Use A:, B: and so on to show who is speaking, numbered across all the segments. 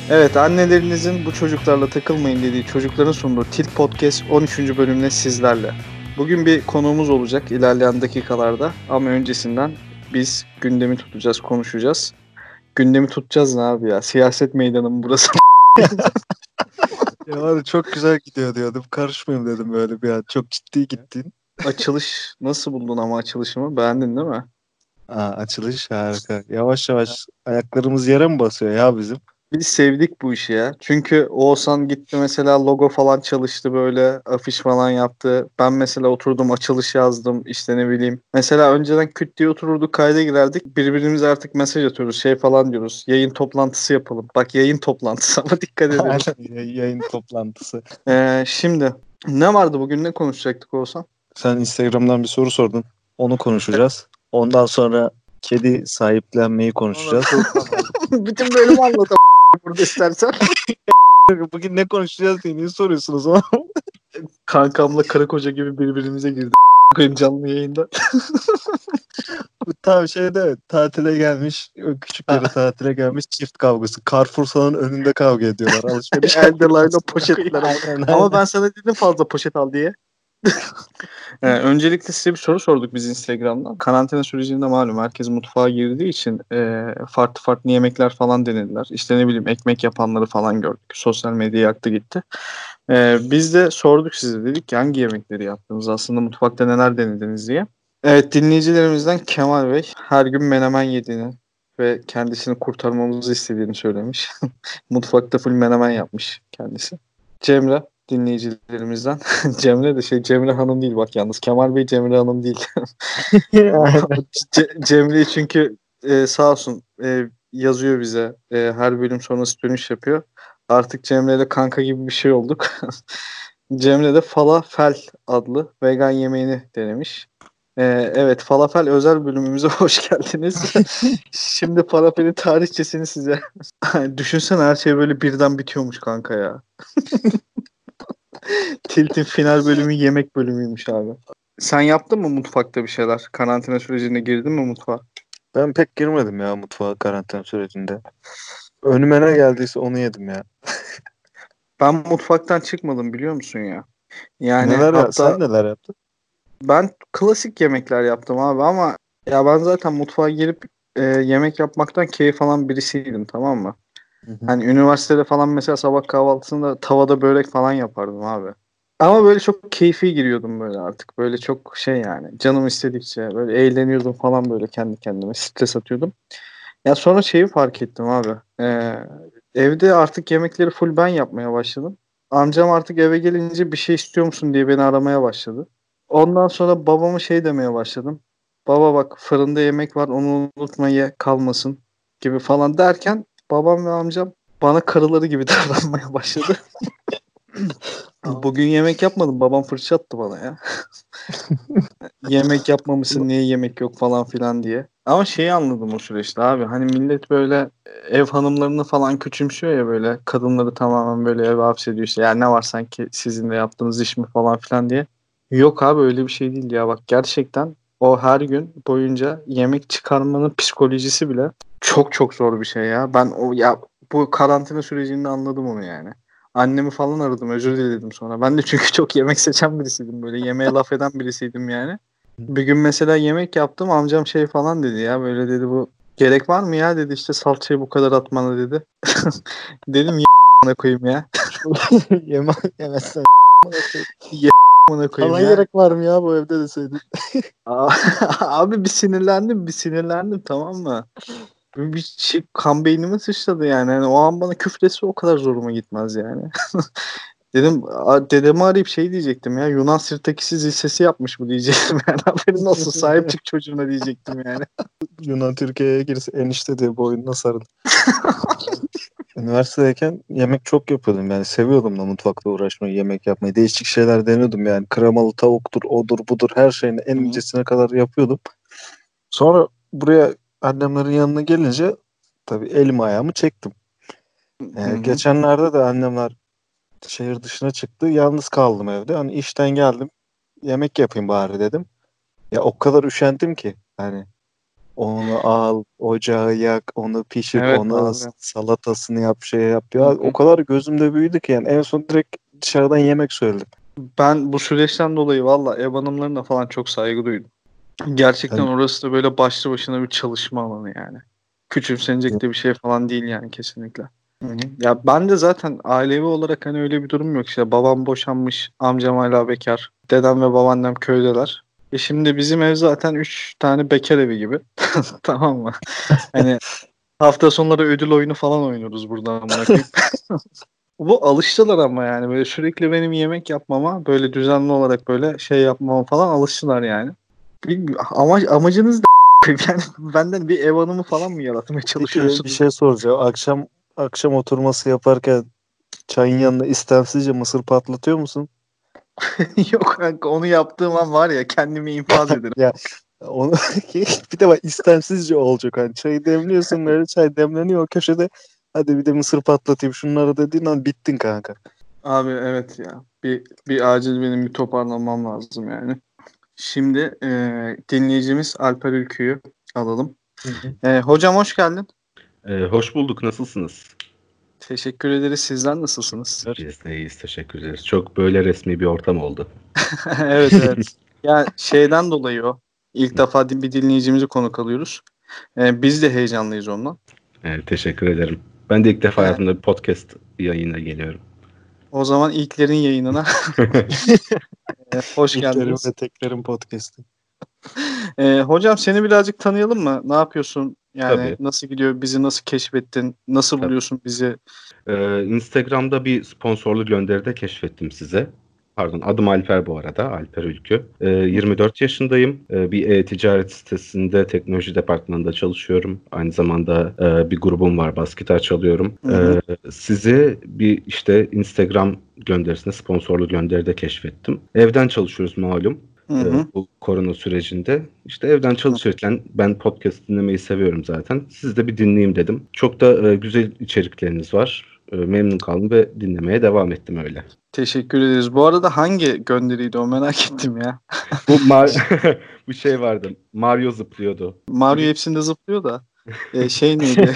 A: Evet, annelerinizin bu çocuklarla takılmayın dediği çocukların sunduğu Tilt Podcast 13. bölümle sizlerle. Bugün bir konuğumuz olacak ilerleyen dakikalarda ama öncesinden biz gündemi tutacağız, konuşacağız. Gündemi tutacağız ne abi ya? Siyaset meydanı mı burası?
B: Ya var çok güzel gidiyor diyordum. Karışmayayım dedim böyle bir an. Çok ciddi gittin.
A: Açılış nasıl buldun ama açılışımı? Beğendin değil mi?
B: Açılış harika. Yavaş yavaş ayaklarımız yere mi basıyor ya bizim?
A: Biz sevdik bu işi ya. Çünkü Oğuzhan gitti mesela logo falan çalıştı böyle afiş falan yaptı. Ben mesela oturdum açılış yazdım işte ne bileyim. Mesela önceden küt diye otururduk kayda girerdik. Birbirimize artık mesaj atıyoruz şey falan diyoruz. Yayın toplantısı yapalım. Bak yayın toplantısı ama dikkat edelim.
B: Aynen, yayın toplantısı.
A: Şimdi ne vardı bugün ne konuşacaktık Oğuzhan?
B: Sen Instagram'dan bir soru sordun. Onu konuşacağız. Ondan sonra kedi sahiplenmeyi konuşacağız.
A: Bütün bölümü anlatalım burada istersen.
B: Bugün ne konuşacağız diye niye soruyorsunuz ama?
A: Kankamla karı koca gibi birbirimize girdik. Koyayım canlı yayında.
B: Bu tam şeyde tatile gelmiş, küçükleri tatile gelmiş çift kavgası. Carrefour salonun önünde kavga ediyorlar. Alışveriş
A: Eldelayla poşetler.
B: Aynen
A: Ama
B: aynen.
A: ben sana dedim fazla poşet al diye. Öncelikle size bir soru sorduk biz Instagram'dan. Karantina sürecinde malum herkes mutfağa girdiği için farklı farklı yemekler falan denediler. İşte ne bileyim ekmek yapanları falan gördük. Sosyal medya yaktı gitti. Biz de sorduk size dedik ki hangi yemekleri yaptınız? Aslında mutfakta neler denediniz diye. Evet dinleyicilerimizden Kemal Bey her gün menemen yediğini ve kendisini kurtarmamızı istediğini söylemiş. Mutfakta full menemen yapmış kendisi. Cemre dinleyicilerimizden. Cemre de Cemre Hanım değil bak yalnız. Kemal Bey Cemre Hanım değil.
B: Aynen.
A: Cemre çünkü sağ olsun yazıyor bize. Her bölüm sonrası dönüş yapıyor. Artık Cemre ile kanka gibi bir şey olduk. Cemre de falafel adlı vegan yemeğini denemiş. Evet falafel özel bölümümüze hoş geldiniz. Şimdi falafelin tarihçesini size. Düşünsene her şey böyle birden bitiyormuş kanka ya. Tilt'in final bölümü yemek bölümüymüş abi. Sen yaptın mı mutfakta bir şeyler? Karantina sürecinde girdin mi mutfağa?
B: Ben pek girmedim ya mutfağa karantina sürecinde. Önüme ne geldiyse onu yedim ya.
A: Ben mutfaktan çıkmadım biliyor musun ya? Yani
B: Neler ya? Sen
A: hatta
B: neler yaptın?
A: ben klasik yemekler yaptım abi ama ya ben zaten mutfağa girip yemek yapmaktan keyif alan birisiydim tamam mı?
B: Hı hı.
A: Hani üniversitede falan mesela sabah kahvaltısında tavada börek falan yapardım abi. Ama böyle çok keyfi giriyordum böyle artık. Böyle çok şey yani canım istedikçe böyle eğleniyordum falan böyle kendi kendime stres atıyordum. Ya sonra şeyi fark ettim abi. Evde artık yemekleri full ben yapmaya başladım. Amcam artık eve gelince bir şey istiyor musun diye beni aramaya başladı. Ondan sonra babama şey demeye başladım. Baba bak fırında yemek var onu unutma ye kalmasın gibi falan derken babam ve amcam bana karıları gibi davranmaya başladı. Bugün yemek yapmadım. Babam fırça attı bana ya. Yemek yapmamışsın niye yemek yok falan filan diye. Ama şeyi anladım o süreçte abi. Hani millet böyle ev hanımlarını falan küçümsüyor ya böyle. Kadınları tamamen böyle eve hapsediyor işte. Ya ne var sanki sizin de yaptığınız iş mi falan filan diye. Yok abi öyle bir şey değil ya. Bak gerçekten o her gün boyunca yemek çıkarmanın psikolojisi bile çok çok zor bir şey ya. Ben o ya bu karantina sürecinde anladım onu yani. Annemi falan aradım özür diledim sonra. Ben de çünkü çok yemek seçen birisiydim böyle. Yemeğe laf eden birisiydim yani. Bir gün mesela yemek yaptım amcam şey falan dedi ya böyle dedi bu gerek var mı ya dedi işte salçayı bu kadar atmana dedi. Dedim ya koyayım ya.
B: Yemezsen
A: Ya koyayım
B: falan
A: ya.
B: gerek var mı ya bu evde deseydin.
A: Abi bir sinirlendim tamam mı? Bir şey kan beynime sıçradı yani. Hani o an bana küfresi o kadar zoruma gitmez yani. Dedim dedemi arayıp şey diyecektim ya Yunan Sirtakisi zil sesi yapmış bu diyecektim yani haberin olsun sahip çık çocuğuna diyecektim yani.
B: Yunan Türkiye'ye girse enişte diye boynuna sarın. Üniversitedeyken yemek çok yapıyordum yani seviyordum da mutfakta uğraşmayı, yemek yapmayı. Değişik şeyler deniyordum yani. Kremalı tavuktur, odur budur her şeyini en
A: Hı hı.
B: incesine kadar yapıyordum. Sonra buraya annemlerin yanına gelince tabii elimi ayağımı çektim.
A: Hı hı.
B: Geçenlerde de annemler şehir dışına çıktı. Yalnız kaldım evde. Hani işten geldim. Yemek yapayım bari dedim. Ya o kadar üşendim ki. Hani Onu al, ocağı yak, onu pişir,
A: Evet
B: onu
A: abi.
B: salatasını yap, şey yap.
A: Hı
B: Ya o
A: hı.
B: kadar gözümde büyüdü ki yani en son direkt dışarıdan yemek söyledim.
A: Ben bu süreçten dolayı valla ev hanımlarına falan çok saygı duydum. Gerçekten
B: Ben
A: orası da böyle başlı başına bir çalışma alanı yani. Küçümsenecek de bir şey falan değil yani kesinlikle. Hı hı. Ya ben de zaten ailevi olarak hani öyle bir durum yok. İşte babam boşanmış, amcam hala bekar, dedem ve babaannem köydeler. Şimdi bizim ev zaten 3 tane bekar evi gibi. Tamam mı? Hani hafta sonları ödül oyunu falan oynuyoruz buradan amına koyayım. Bu alıştılar ama yani böyle sürekli benim yemek yapmama, böyle düzenli olarak böyle şey yapmama falan alıştılar yani. Amacınız da yani benden bir ev hanımı falan mı yaratmaya
B: peki bir
A: çalışıyorsunuz?
B: şey soracağım. Akşam oturması yaparken çayın
A: Hı.
B: yanına istemsizce mısır patlatıyor musun?
A: Yok kanka onu yaptığım an var ya kendimi infaz ederim.
B: Ya onu bir de bak istemsizce olacak. Hani çayı demliyorsun böyle çay demleniyor o köşede. Hadi bir de mısır patlatayım şunları dediğin an bittin kanka.
A: Abi evet ya. Bir acil benim bir toparlanmam lazım yani. Şimdi dinleyicimiz Alper Ülkü'yü alalım.
B: Hı hı.
A: Hocam hoş geldin.
C: Hoş bulduk. Nasılsınız?
A: Teşekkür ederiz. Sizler nasılsınız?
C: Biz de iyiyiz. Teşekkür ederiz. Çok böyle resmi bir ortam oldu.
A: Evet evet. Ya şeyden dolayı o. İlk defa bir dinleyicimizi konuk alıyoruz. Biz de heyecanlıyız ondan.
C: Teşekkür ederim. Ben de ilk defa
A: Ee,
C: hayatımda bir podcast yayına geliyorum.
A: O zaman ilklerin yayınına hoş
B: İlklerim
A: geldiniz.
B: ve teklerim podcast'i.
A: Hocam seni birazcık tanıyalım mı? Ne yapıyorsun? Yani
C: Tabii,
A: nasıl gidiyor? Bizi nasıl keşfettin? Nasıl
C: tabii.
A: buluyorsun bizi?
C: Instagram'da bir sponsorlu gönderide keşfettim size. Pardon, adım Alper bu arada. Alper Ülkü. 24 yaşındayım. Bir e-ticaret sitesinde teknoloji departmanında çalışıyorum. Aynı zamanda bir grubum var. Bas gitar çalıyorum.
A: Hı hı,
C: Sizi bir işte Instagram gönderisinde sponsorlu gönderide keşfettim. Evden çalışıyoruz malum.
A: hı hı,
C: Bu korona sürecinde. İşte evden
A: hı.
C: çalışırken ben podcast dinlemeyi seviyorum zaten. Siz de bir dinleyeyim dedim. Çok da güzel içerikleriniz var. Memnun kaldım ve dinlemeye devam ettim öyle.
A: Teşekkür ederiz. Bu arada hangi gönderiydi o merak ettim ya.
C: Bu bu şey vardı. Mario zıplıyordu.
A: Mario
C: Bir,
A: hepsinde zıplıyor da. Şey neydi?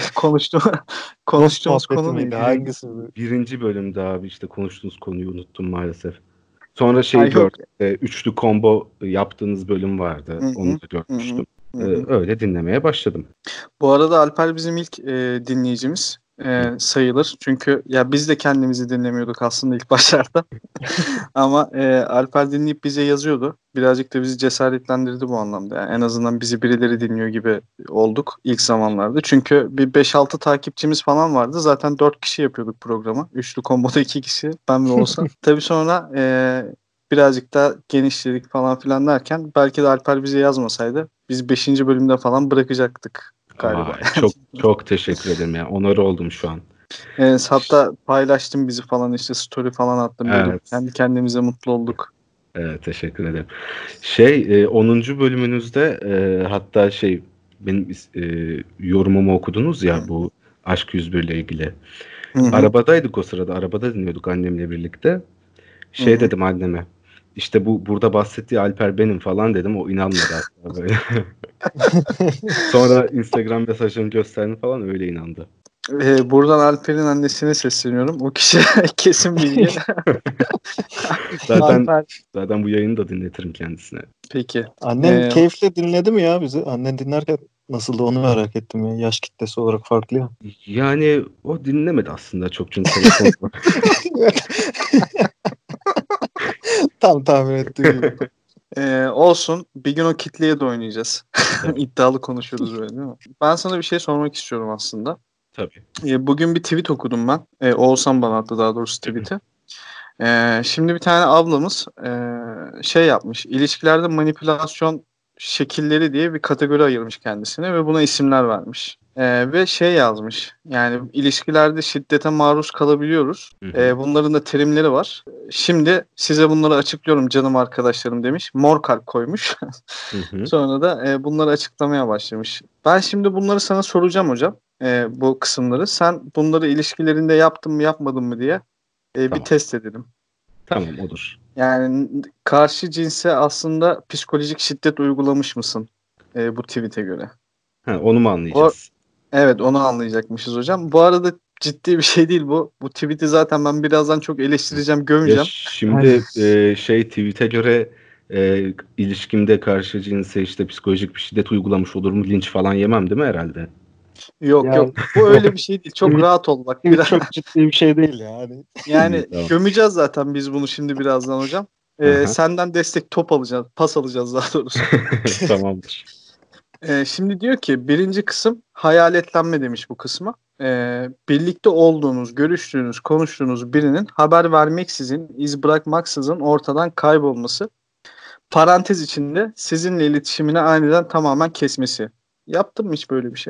B: Dost
A: Konuştuğumuz
B: muhabbeti
A: konu
B: miydi?
A: neydi?
B: Hangisi? Bu?
C: birinci bölümde abi işte konuştuğunuz konuyu unuttum maalesef. Sonra
A: Ay
C: şeyi
A: yok.
C: gördüm. Üçlü combo yaptığınız bölüm vardı.
A: Hı
C: Onu
A: hı,
C: da
A: hı hı,
C: görmüştüm.
A: hı hı.
C: Öyle dinlemeye başladım.
A: Bu arada Alper bizim ilk dinleyicimiz
C: Hı.
A: sayılır. Çünkü ya biz de kendimizi dinlemiyorduk aslında ilk başlarda. Ama Alper dinleyip bize yazıyordu. Birazcık da bizi cesaretlendirdi bu anlamda. Yani en azından bizi birileri dinliyor gibi olduk ilk zamanlarda. Çünkü bir 5-6 takipçimiz falan vardı. Zaten 4 kişi yapıyorduk programı. Üçlü komboda 2 kişi ben ve Oğuzhan. Tabii sonra birazcık daha genişledik falan filan derken belki de Alper bize yazmasaydı biz 5. bölümde falan bırakacaktık galiba.
C: Ay, çok çok teşekkür ederim ya. Onur oldum şu an.
A: Hatta paylaştım bizi falan işte story falan attım böyle
C: Evet.
A: kendi kendimize mutlu olduk.
C: Evet, teşekkür ederim. 10. bölümünüzde hatta benim yorumumu okudunuz ya bu Aşk 101 ile ilgili.
A: Hı hı,
C: Arabadaydık o sırada. Arabada dinliyorduk annemle birlikte.
A: hı hı.
C: Dedim anneme. İşte bu burada bahsettiği Alper benim falan dedim. O inanmadı hatta böyle. Sonra Instagram mesajını gösterdim falan öyle inandı.
A: Buradan Alper'in annesine sesleniyorum. O kişi kesin bilgi.
C: Zaten
A: Alper.
C: zaten bu yayını da dinletirim kendisine.
A: Peki.
B: Annen
A: Ee,
B: keyifle dinledi mi ya bizi? Annen dinlerken nasıldı onu merak ettim ya. Yaş kitlesi olarak farklı ya.
C: Yani o dinlemedi aslında çok çünkü telefon.
B: Tam tahmin ettiğim gibi.
A: Olsun. Bir gün o kitleye de oynayacağız.
C: Tabii.
A: İddialı konuşuyoruz böyle değil mi? Ben sana bir şey sormak istiyorum aslında.
C: Tabii.
A: Bugün bir tweet okudum ben. Oğuzhan bana attı daha doğrusu tweet'i. Şimdi bir tane ablamız şey yapmış. İlişkilerde manipülasyon şekilleri diye bir kategori ayırmış kendisine ve buna isimler vermiş. Ve şey yazmış. Yani ilişkilerde şiddete maruz kalabiliyoruz.
C: Hı hı.
A: Bunların da terimleri var. Şimdi size bunları açıklıyorum canım arkadaşlarım demiş. Mor kalp koymuş.
C: Hı hı.
A: Sonra da bunları açıklamaya başlamış. Ben şimdi bunları sana soracağım hocam. Bu kısımları. Sen bunları ilişkilerinde yaptın mı yapmadın mı diye bir
C: Tamam.
A: test edelim.
C: Tamam olur.
A: Yani karşı cinse aslında psikolojik şiddet uygulamış mısın bu tweet'e göre?
C: Ha, onu mu anlayacağız?
A: Evet, onu anlayacakmışız hocam. Bu arada ciddi bir şey değil bu. Bu tweet'i zaten ben birazdan çok eleştireceğim,
C: Ya
A: gömeceğim.
C: şimdi tweet'e göre ilişkimde karşı cinse işte psikolojik bir şiddet uygulamış olurum, linç falan yemem değil mi herhalde?
A: Yok
B: Ya
A: yok. Bu öyle bir şey değil. Çok
B: tweet,
A: rahat ol bak.
B: tweet çok ciddi bir şey değil yani.
A: Yani
C: Tamam.
A: gömeceğiz zaten biz bunu şimdi birazdan hocam.
C: Aha.
A: Senden destek top alacağız. Pas alacağız daha doğrusu.
C: Tamamdır.
A: Şimdi diyor ki birinci kısım hayaletlenme demiş bu kısma. Birlikte olduğunuz, görüştüğünüz, konuştuğunuz birinin haber vermeksizin, iz bırakmaksızın ortadan kaybolması. Parantez içinde sizinle iletişimini aniden tamamen kesmesi. Yaptın mı hiç böyle bir şey?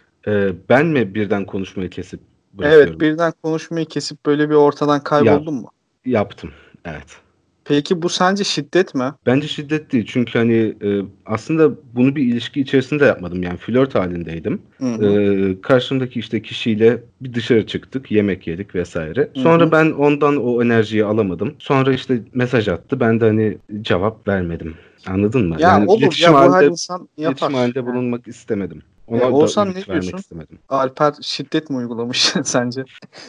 C: Ben mi birden konuşmayı kesip
A: Evet,
C: bırakıyorum?
A: birden konuşmayı kesip böyle bir ortadan
C: Ya
A: kayboldun mu?
C: yaptım. Evet.
A: Peki bu sence şiddet mi?
C: Bence şiddet değil. Çünkü hani aslında bunu bir ilişki içerisinde yapmadım. Yani flört halindeydim.
A: Hı hı.
C: Karşımdaki işte kişiyle bir dışarı çıktık. Yemek yedik vesaire.
A: Hı
C: Sonra
A: hı.
C: ben ondan o enerjiyi alamadım. Sonra işte mesaj attı. Ben de hani cevap vermedim. Anladın mı?
A: Ya
C: Yani
A: olur ya, bu her insan
C: iletişim
A: yapar.
C: halinde
A: Yani,
C: bulunmak istemedim. Ona da
A: Oğuzhan ne
C: ümit vermek
A: diyorsun?
C: istemedim.
A: Alper şiddet mi uygulamış sence?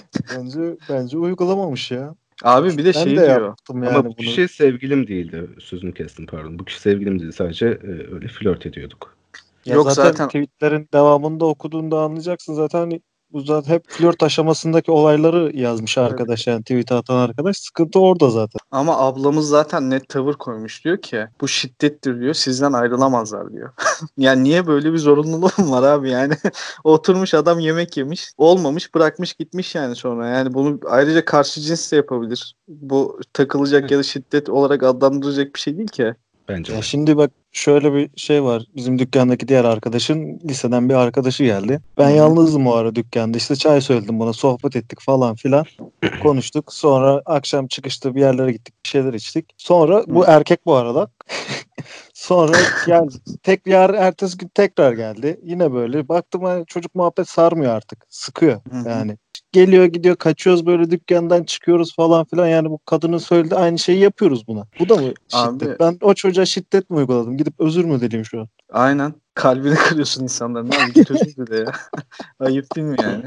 B: Bence uygulamamış ya.
A: Abi bir de
B: Ben de
A: şey diyor.
B: yaptım
C: Ama
B: yani
C: bu
B: bunu.
C: kişi sevgilim değildi. Sözünü kestim, pardon. Bu kişi sevgilim değildi. Sadece öyle flört ediyorduk.
B: Ya
A: Yok
B: zaten
A: zaten
B: tweetlerin devamında okuduğunda anlayacaksın zaten hani bu zaten hep flört aşamasındaki olayları yazmış
A: evet.
B: arkadaş yani tweet atan arkadaş. Sıkıntı orada zaten.
A: Ama ablamız zaten net tavır koymuş, diyor ki bu şiddettir diyor, sizden ayrılamazlar diyor. Yani niye böyle bir zorunluluğum var abi yani? Oturmuş adam yemek yemiş, olmamış, bırakmış gitmiş yani sonra. Yani bunu ayrıca karşı cins de yapabilir. Bu takılacak
C: Evet.
A: ya da şiddet olarak adlandıracak bir şey değil ki.
C: Bence
B: Ya
C: de.
B: şimdi bak şöyle bir şey var. Bizim dükkandaki diğer arkadaşın liseden bir arkadaşı geldi. Ben
A: Hı hı.
B: yalnızdım o ara dükkanda. İşte çay söyledim buna, sohbet ettik falan filan. Konuştuk. Sonra akşam çıkışta bir yerlere gittik, bir şeyler içtik. Sonra
A: Hı
B: bu erkek bu arada. Sonra geldi. Tekrar ertesi gün tekrar geldi. Yine böyle. Baktım hani çocuk muhabbet sarmıyor artık. Sıkıyor
A: hı. Hı.
B: yani. Geliyor gidiyor, kaçıyoruz böyle, dükkandan çıkıyoruz falan filan. Yani bu kadının söylediği aynı şeyi yapıyoruz buna. Bu da mı
A: Abi
B: şiddet? Ben o çocuğa şiddet mi uyguladım? Gidip özür mü dileyim şu an?
A: aynen, kalbini kırıyorsun insanların abi, git özür dile ya. Ayıp değil mi yani?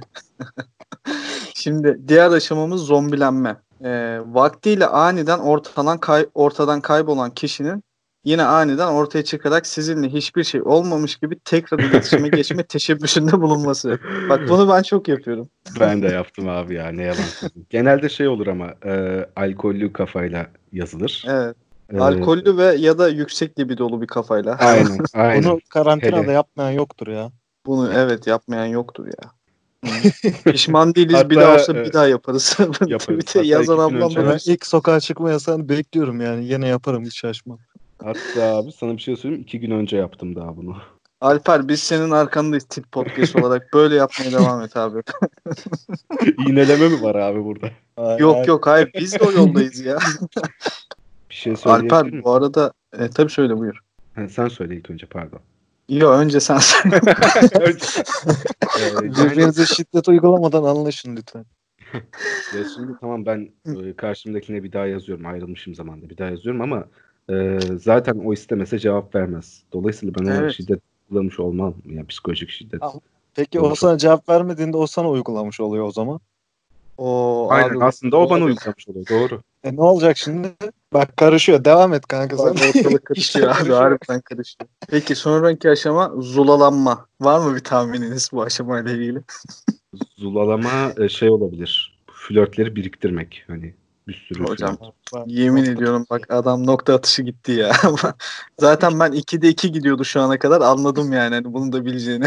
A: Şimdi diğer aşamamız zombilenme. Vaktiyle aniden ortadan kaybolan kişinin yine aniden ortaya çıkarak sizinle hiçbir şey olmamış gibi tekrar iletişime geçme teşebbüsünde bulunması. Bak bunu ben çok yapıyorum.
C: Ben de yaptım abi ya, ne yalan söyleyeyim. Genelde şey olur ama alkollü kafayla yazılır.
A: Evet.
C: E,
A: Alkollü ve ya da yüksek libidolu bir kafayla.
C: aynen aynen.
B: Bunu karantinada
C: Hele.
B: yapmayan yoktur ya.
A: Bunu evet yapmayan yoktur ya. Hı. Pişman değiliz, bir daha
C: Hatta
A: olsa bir daha yaparız.
C: yaparız.
A: Tweet'e
C: Hatta
A: yazan
C: 2 gün
A: ablam da
C: önce
B: Ben
A: duysun.
B: ilk sokağa çıkma yasağını bekliyorum yani. Yine yaparım, hiç şaşmam.
C: hatta abi sana bir şey söyleyeyim. 2 gün önce yaptım daha bunu.
A: Alper biz senin arkandayız tip podcast olarak. Böyle yapmaya devam et abi.
C: İğneleme mi var abi burada?
A: Yok yok, hayır biz de o yoldayız ya.
C: Bir şey
A: Alper
C: söyleyebilir miyim?
A: bu arada tabii söyle, buyur.
C: Ha, sen söyle ilk önce, pardon.
A: Yok, önce sen söyle.
C: Önce- yani
B: Birbirinize şiddet uygulamadan anlaşın lütfen.
C: ya şimdi tamam, ben karşımdakine bir daha yazıyorum. Ayrılmışım zamanda bir daha yazıyorum ama zaten o istemese cevap vermez. Dolayısıyla ben ona
A: Evet.
C: şiddet uygulamış olmam. Yani psikolojik şiddet.
B: Al. Peki o
C: olmuş
B: sana cevap vermediğinde o sana uygulamış oluyor o zaman.
A: O
C: Aynen,
A: abi
C: aslında o bana
A: olabilir.
C: uygulamış oluyor. Doğru.
B: Ne olacak şimdi? Bak karışıyor. Devam et kanka sen.
A: Bak ortalık
B: İşler
A: karışıyor abi,
B: karışıyor.
A: harbiden karışıyor. Peki sonraki aşama zulalanma. Var mı bir tahmininiz bu aşamayla ilgili?
C: Zulalama şey olabilir. Flörtleri biriktirmek. Hani bir sürü
A: Hocam
C: flört.
A: yemin ediyorum bak adam nokta atışı gitti ya. Zaten ben 2'de 2 gidiyordu şu ana kadar, anladım yani hani bunu da bileceğini.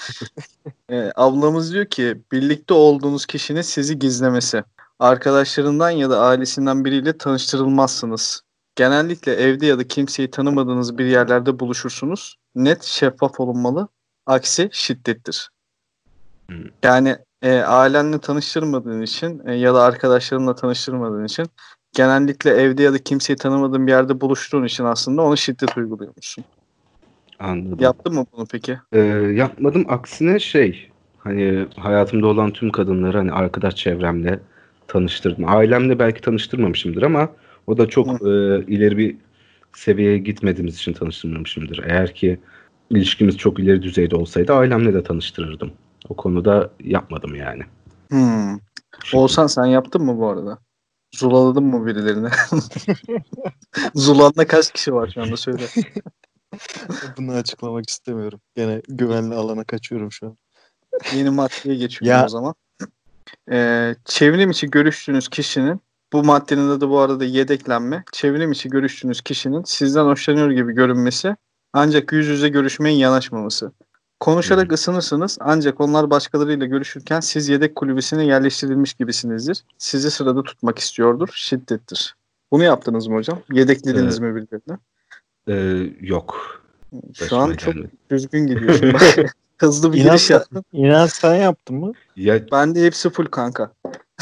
A: Ablamız diyor ki birlikte olduğunuz kişinin sizi gizlemesi. Arkadaşlarından ya da ailesinden biriyle tanıştırılmazsınız. Genellikle evde ya da kimseyi tanımadığınız bir yerlerde buluşursunuz. Net şeffaf olunmalı. Aksi şiddettir.
C: Hmm.
A: Yani ailenle tanıştırmadığın için ya da arkadaşlarınla tanıştırmadığın için genellikle evde ya da kimseyi tanımadığın bir yerde buluştuğun için aslında ona şiddet uyguluyormuşsun.
C: Anladım.
A: Yaptın mı bunu peki?
C: Yapmadım. Aksine şey, hani hayatımda olan tüm kadınları hani arkadaş çevremle tanıştırdım. Ailemle belki tanıştırmamışımdır ama o da çok
A: Hı.
C: ileri bir seviyeye gitmediğimiz için tanıştırmamışımdır. Eğer ki ilişkimiz çok ileri düzeyde olsaydı ailemle de tanıştırırdım. O konuda yapmadım yani. Bu şekilde.
A: Oğuzhan sen yaptın mı bu arada? Zulaladın mı birilerine? Zulanda kaç kişi var şu anda söyle.
B: Bunu açıklamak istemiyorum. Gene güvenli alana kaçıyorum şu an.
A: Yeni maddeye geçiyorum
B: Ya
A: o zaman. Çevrim içi görüştüğünüz kişinin, bu maddenin adı bu arada yedeklenme. Çevrim içi görüştüğünüz kişinin sizden hoşlanıyor gibi görünmesi ancak yüz yüze görüşmeye yanaşmaması. Konuşarak ısınırsınız ancak onlar başkalarıyla görüşürken siz yedek kulübesine yerleştirilmiş gibisinizdir. Sizi sırada tutmak istiyordur. Şiddettir. Bunu yaptınız mı hocam? Yedeklediniz mi birilerine?
C: Yok.
A: Şu an
C: Başıma
A: çok
C: gelmedi.
A: düzgün gidiyorsun. Bak, hızlı bir
B: İnan,
A: giriş yaptın.
B: inan sen yaptın mı?
C: Ya
A: Bende hepsi full kanka.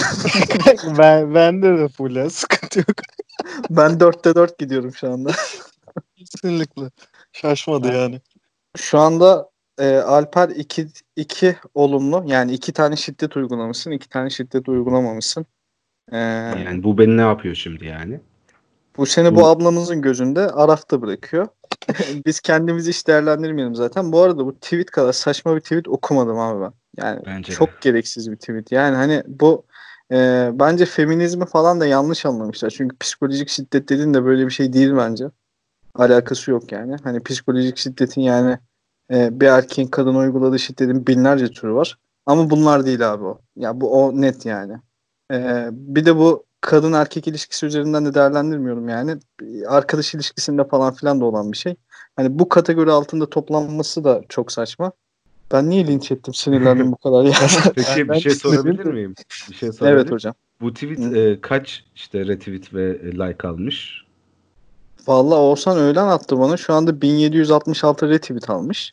B: Bende de full ya. Sıkıntı yok.
A: Ben 4'te 4 gidiyorum şu anda.
B: Kesinlikle. Şaşmadı yani.
A: Şu anda Alper 2 olumlu. Yani 2 tane şiddet uygulamışsın. 2 tane şiddet uygulamamışsın.
C: yani bu beni ne yapıyor şimdi yani?
A: Bu seni bu
C: Bu
A: ablamızın gözünde arafta bırakıyor. Biz kendimizi hiç değerlendirmeyelim zaten. Bu arada bu tweet kadar saçma bir tweet okumadım abi ben. Yani
C: bence de.
A: çok gereksiz bir tweet. Yani hani bu bence feminizmi falan da yanlış anlamışlar. Çünkü psikolojik şiddet dediğin de böyle bir şey değil bence. Alakası yok yani. Hani psikolojik şiddetin yani bir erkeğin kadına uyguladığı şiddetin binlerce türü var. Ama bunlar değil abi o. Ya bu o net yani. Bir de bu kadın erkek ilişkisi üzerinden de değerlendirmiyorum yani. Bir arkadaş ilişkisinde falan filan da olan bir şey. Hani bu kategori altında toplanması da çok saçma. Ben niye linç ettim? Sinirlendim bu kadar ya.
C: Peki bir şey sorabilir miyim? Bir şey
A: Evet
C: sorabilir.
A: hocam.
C: Bu tweet
A: Hı.
C: kaç işte retweet ve like almış?
A: Vallahi Oğuzhan öğlen attı bana. Şu anda 1766 retweet almış.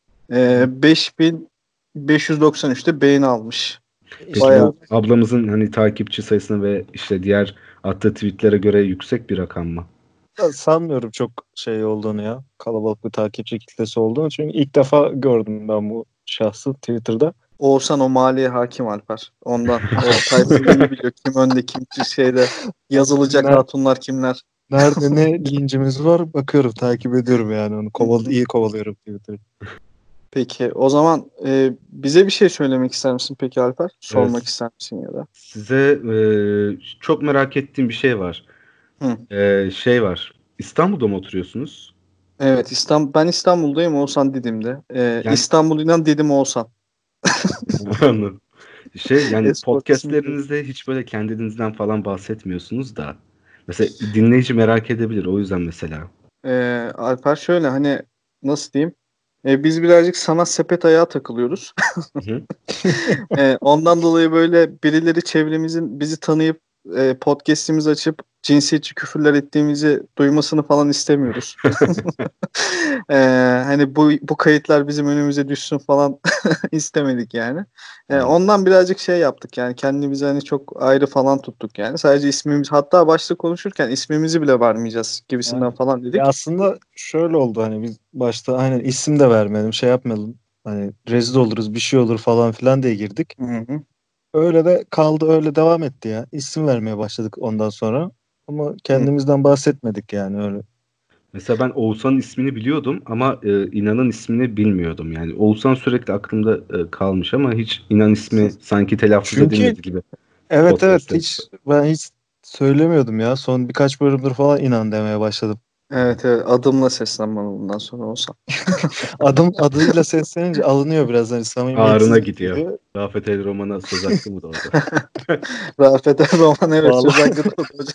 A: 5593'te beğeni almış.
C: Peki
A: Bayağı.
C: bu ablamızın hani takipçi sayısına ve işte diğer attığı tweetlere göre yüksek bir rakam mı?
B: Sanmıyorum çok şey olduğunu ya. Kalabalık bir takipçi kitlesi olduğunu. Çünkü ilk defa gördüm ben bu şahsı Twitter'da.
A: Oğuzhan o maliye hakim Alper. Ondan. O tayfayı iyi biliyor. Kim önde kim şeyde. Yazılacak
B: Nerede,
A: hatunlar kimler.
B: nerede ne lincimiz var bakıyorum, takip ediyorum yani onu. İyi kovalıyorum Twitter'ı.
A: Peki o zaman bize bir şey söylemek ister misin peki Alper? Sormak ister misin ya da?
C: Size çok merak ettiğim bir şey var.
A: Hı.
C: Şey var. İstanbul'da mı oturuyorsunuz?
A: Evet ben İstanbul'dayım, Oğuzhan Didim'de.
C: Yani
A: İstanbul inan Didim Oğuzhan.
C: anladım. Yani
A: Espor ismi değil.
C: podcastlerinizde hiç böyle kendinizden falan bahsetmiyorsunuz da. Mesela dinleyici merak edebilir o yüzden mesela.
A: Alper şöyle hani nasıl diyeyim? Biz birazcık sanat sepet ayağa takılıyoruz.
C: Hı hı.
A: Ondan dolayı böyle birileri çevremizin bizi tanıyıp podcast'imizi açıp cinsiyetçi küfürler ettiğimizi duymasını falan istemiyoruz. Ee, Hani bu kayıtlar bizim önümüze düşsün falan istemedik yani.
C: Anladım.
A: Ondan birazcık şey yaptık yani kendimizi hani çok ayrı falan tuttuk yani. Sadece ismimiz, hatta başta konuşurken ismimizi bile vermeyeceğiz gibisinden
B: Yani,
A: falan
B: ya
A: dedik.
B: aslında şöyle oldu, hani biz başta aynen isim de vermedim, şey yapmayalım. Hani rezil oluruz, bir şey olur falan filan diye girdik.
A: Hı hı.
B: Öyle de kaldı, öyle devam etti ya. İsim vermeye başladık ondan sonra. Ama
A: Hı.
B: kendimizden bahsetmedik yani öyle.
C: Mesela ben Oğuzhan'ın ismini biliyordum ama İnan'ın ismini bilmiyordum. Yani Oğuzhan sürekli aklımda kalmış ama hiç İnan ismi sanki telaffuz
B: Çünkü
C: edilmedi gibi
B: evet,
C: podcast'te.
B: ben hiç söylemiyordum ya. Son birkaç bölümdür falan inan demeye başladım.
A: Evet, evet, adımla seslen bana bundan sonra olsa.
B: Adıyla seslenince alınıyor biraz, hani
C: Ağrına
B: samimiyetsiz
C: gidiyor.
B: geliyor.
C: Rafet El Roman'a söz hakkı mı doğdu?
A: Rafet Er Roman, evet, söz
B: Vallahi
A: hakkı doğdu hocam.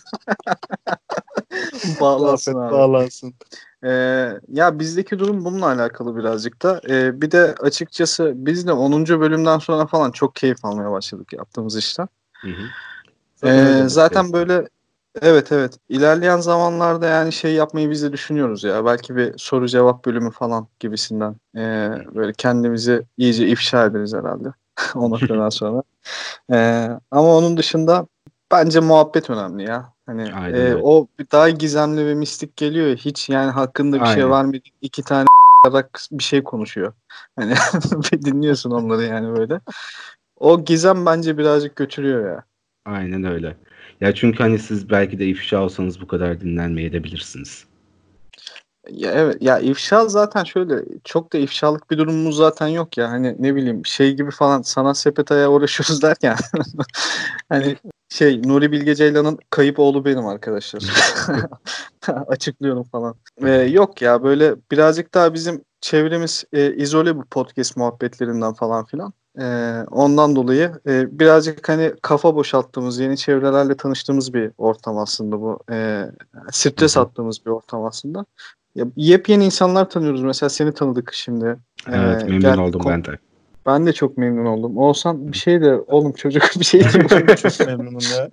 A: Bağlansın
B: Rafet
A: abi.
B: bağlansın.
A: Ee, Ya bizdeki durum bununla alakalı birazcık da. Bir de açıkçası biz de 10. bölümden sonra falan çok keyif almaya başladık yaptığımız işten.
C: Hı hı. Zaten öyle olması
A: Zaten
C: gerekiyor.
A: böyle evet, evet, ilerleyen zamanlarda yani şey yapmayı biz de düşünüyoruz ya. Belki bir soru cevap bölümü falan gibisinden. Böyle kendimizi iyice ifşa ederiz herhalde o noktadan sonra. Ama onun dışında bence muhabbet önemli ya. Hani
C: Aynen öyle.
A: o bir daha gizemli ve mistik geliyor ya. Hiç yani hakkında bir şey
C: Aynen.
A: vermedik. 2 tane bir şey konuşuyor. Hani bir dinliyorsun onları yani böyle. O gizem bence birazcık götürüyor ya.
C: Aynen öyle. Ya çünkü hani siz belki de ifşa olsanız bu kadar dinlenmeyebilirsiniz.
A: Ya evet ya, ifşa zaten şöyle, çok da ifşalık bir durumumuz zaten yok ya. Hani ne bileyim şey gibi falan, sanat sepetaya uğraşıyoruz derken hani Nuri Bilge Ceylan'ın kayıp oğlu benim arkadaşlar. Açıklıyorum falan. Yok ya, böyle birazcık daha bizim çevremiz izole bu podcast muhabbetlerinden falan filan. Ondan dolayı birazcık hani kafa boşalttığımız, yeni çevrelerle tanıştığımız bir ortam aslında bu. Stres attığımız bir ortam aslında. Ya, yepyeni insanlar tanıyoruz. Mesela seni tanıdık şimdi.
C: Evet, memnun
A: Geldik.
C: oldum ben de.
A: Ben de çok memnun oldum. Oğuzhan bir şey de, oğlum çocuk bir şey de
B: Ben de çok memnunum ya.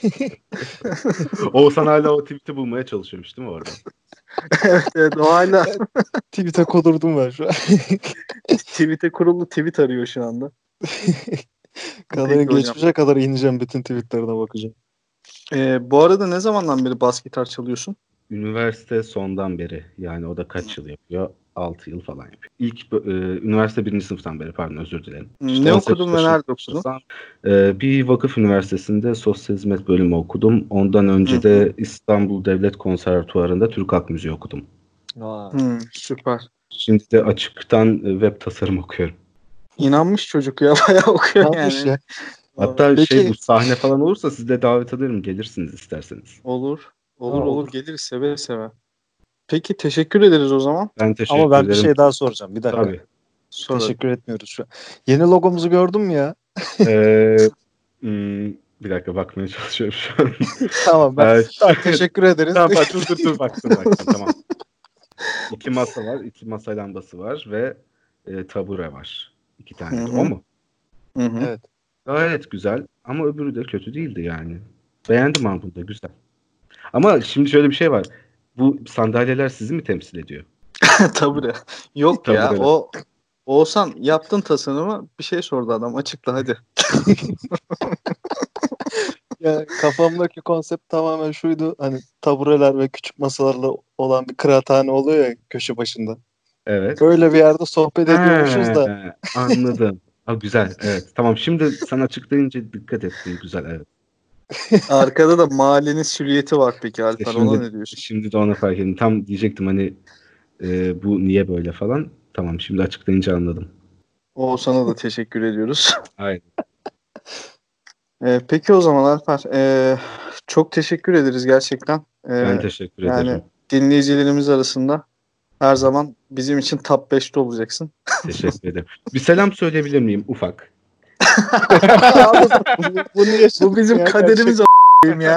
C: Oğuzhan hala o tweet'i bulmaya çalışıyormuş değil mi orada?
A: evet, evet, o hala
B: Tweet'e kodurdum ben şu an.
A: tweet'e kurulu, tweet arıyor şu anda.
B: Kadının
A: Peki hocam.
B: geçmişe kadar ineceğim, bütün tweetlerine bakacağım.
A: Bu arada ne zamandan beri bas gitar çalıyorsun?
C: Üniversite sondan beri, yani o da kaç yıl yapıyor? 6 yıl falan yapıyor. Üniversite 1. sınıftan beri, pardon, özür dilerim. İşte
A: Ne
C: 18
A: okudun ve
C: yaşında
A: nerede okudun?
C: başlasam, bir vakıf üniversitesinde sosyal hizmet bölümü okudum. Ondan
A: Hı
C: önce
A: hı.
C: de İstanbul Devlet Konservatuvarı'nda Türk Halk Müziği okudum.
B: Vay.
A: Süper.
C: Şimdi de açıktan web tasarım okuyorum.
A: İnanmış çocuk ya, bayağı okuyor
B: Yanlış
A: yani.
B: ya.
C: Hatta
B: Peki.
C: bu sahne falan olursa sizi de davet ederim, gelirsiniz isterseniz.
A: Olur. Olur
B: Ha,
A: olur,
B: olur.
A: geliriz seve seve. Peki teşekkür ederiz o zaman.
C: Ben
B: Ama
C: teşekkür
B: ben bir
C: ederim.
B: şey daha soracağım. Bir dakika.
C: Tabii.
A: Sonra
B: Teşekkür etmiyoruz şu an. Yeni logomuzu gördün mü ya?
C: Ee, bir dakika, bakmaya çalışıyorum şu an.
B: Tamam, ben
C: Ee,
B: tamam, teşekkür ederiz.
C: tamam, bak, dur baktım, tamam. 2 masa var, 2 masa lambası var ve tabure var. 2 tane de. O
A: hı.
C: mu?
A: Hı hı.
B: Evet.
C: Gayet güzel ama öbürü de kötü değildi yani. Beğendim ama, bunu da güzel. Ama şimdi şöyle bir şey var. Bu sandalyeler sizi mi temsil ediyor?
A: Tabure. Yok ya,
C: Tabureler.
A: o Oğuzhan, yaptın tasarımı, bir şey sordu adam, açıkla hadi.
B: Ya, kafamdaki konsept tamamen şuydu. Hani tabureler ve küçük masalarla olan bir kıraathane oluyor ya köşe başında.
C: Evet.
B: Öyle bir yerde sohbet ediyormuşuz da.
C: He, anladım. Ha, güzel, evet. Tamam, şimdi sen açıklayınca dikkat ettim. Güzel, evet.
A: Arkada da mahallenin silüeti var, peki
C: İşte
A: Alper, ona
C: şimdi
A: ne diyorsun?
C: şimdi de ona fark ettim. Tam diyecektim hani, bu niye böyle falan. Tamam, şimdi açıklayınca anladım.
A: Oğuzhan'a da teşekkür ediyoruz.
C: Aynen.
A: Peki o zaman Alper, çok teşekkür ederiz gerçekten.
C: Ben teşekkür
A: Yani
C: ederim.
A: dinleyicilerimiz arasında her zaman bizim için top 5'te olacaksın.
C: Teşekkür ederim. Bir selam söyleyebilir miyim? Ufak.
B: Bunu yaşadık
A: Bu bizim
B: ya,
A: kaderimiz
B: gerçekten.
A: a**ayım ya.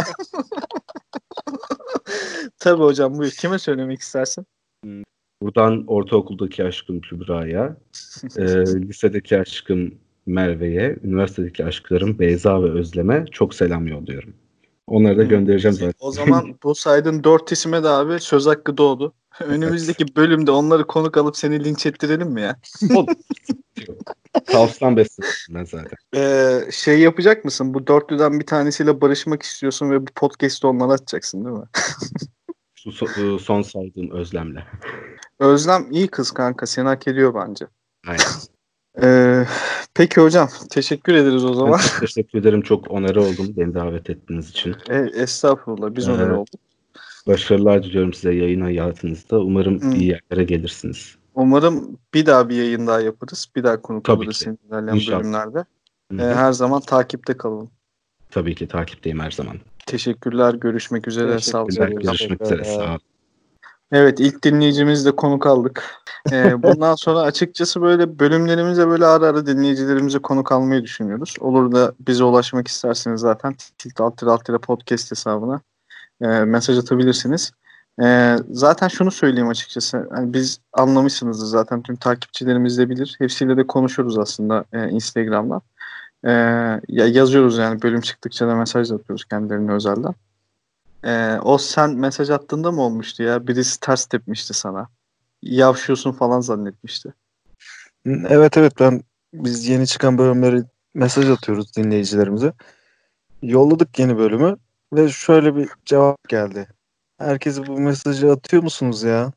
A: Tabii hocam, buyur. Kime söylemek istersin?
C: Buradan ortaokuldaki aşkım Kübra'ya, lisedeki aşkım Merve'ye, üniversitedeki aşklarım Beyza ve Özlem'e çok selam yolluyorum. Onları da göndereceğim zaten.
A: O zaman bu saydığın 4 isime de abi söz hakkı doğdu. Önümüzdeki bölümde onları konuk alıp seni linç ettirelim mi ya?
C: Olur. Kaostan besleniyorum ben zaten.
A: Yapacak mısın? Bu dörtlüden bir tanesiyle barışmak istiyorsun ve bu podcast'ı onlara atacaksın değil mi?
C: Son saydığım Özlem'le.
A: Özlem iyi kız kanka. Seni hak ediyor bence.
C: Aynen.
A: Ee, peki hocam. Teşekkür ederiz o
C: Ben
A: zaman.
C: çok teşekkür ederim. Çok onore oldum beni davet ettiğiniz için.
A: Estağfurullah. Biz onur
C: Ee,
A: olduk.
C: Başarılar diliyorum size yayın hayatınızda. Umarım
A: Hmm.
C: iyi yerlere gelirsiniz.
A: Umarım bir daha bir yayın daha yaparız. Bir daha konuk
C: Tabii
A: alırız
C: ki.
A: senin ilerleyen
C: İnşallah.
A: bölümlerde.
C: Hı-hı.
A: Her zaman takipte kalın.
C: Tabii ki takipteyim her zaman.
A: Teşekkürler. Görüşmek üzere. Sağlıcakla.
C: Görüşmek üzere. Sağ olun.
A: Evet, ilk dinleyicimizle konuk aldık. Bundan sonra açıkçası böyle bölümlerimize böyle ara ara dinleyicilerimize konuk almayı düşünüyoruz. Olur da bize ulaşmak isterseniz zaten @podcast hesabına mesaj atabilirsiniz. Zaten şunu söyleyeyim açıkçası. Yani biz anlamışsınızdır zaten, tüm takipçilerimiz de bilir. Hepsiyle de konuşuruz aslında Instagram'dan. Yazıyoruz yani, bölüm çıktıkça da mesaj atıyoruz kendilerine özelden. O sen mesaj attığında mı olmuştu ya? Birisi ters tepmişti sana. Yavşıyorsun falan zannetmişti.
B: Evet, biz yeni çıkan bölümleri mesaj atıyoruz dinleyicilerimize. Yolladık yeni bölümü ve şöyle bir cevap geldi. Herkese bu mesajı atıyor musunuz ya?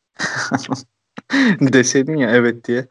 A: Deseydin ya evet diye.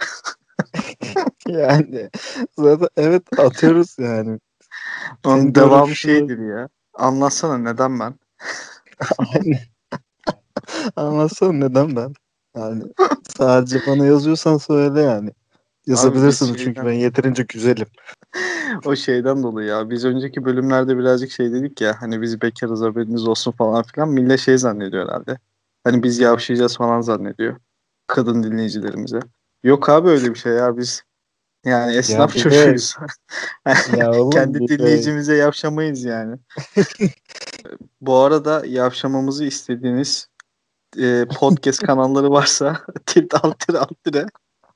B: Yani zaten evet, atıyoruz yani.
A: Onun
B: Senin
A: devamı
B: görüşünü
A: şeydir ya. Anlatsana, neden ben?
B: aynen. Anlatsana neden ben? Yani sadece bana yazıyorsan söyle yani.
A: Abi biz
B: Yazabilirsin çünkü ben yeterince güzelim.
A: o şeyden dolayı ya. Biz önceki bölümlerde birazcık şey dedik ya. Hani biz bekarız haberiniz olsun falan filan. Millet şey zannediyor herhalde. Hani biz yavşayacağız falan zannediyor. Kadın dinleyicilerimize. Yok abi öyle bir şey ya. Biz yani
B: Ya
A: esnaf
B: bir de
A: çocuğuyuz.
B: ya oğlum
A: Kendi
B: bir de
A: dinleyicimize yavşamayız yani. Bu arada yavşamamızı istediğiniz podcast kanalları varsa tilt alt tire alt tire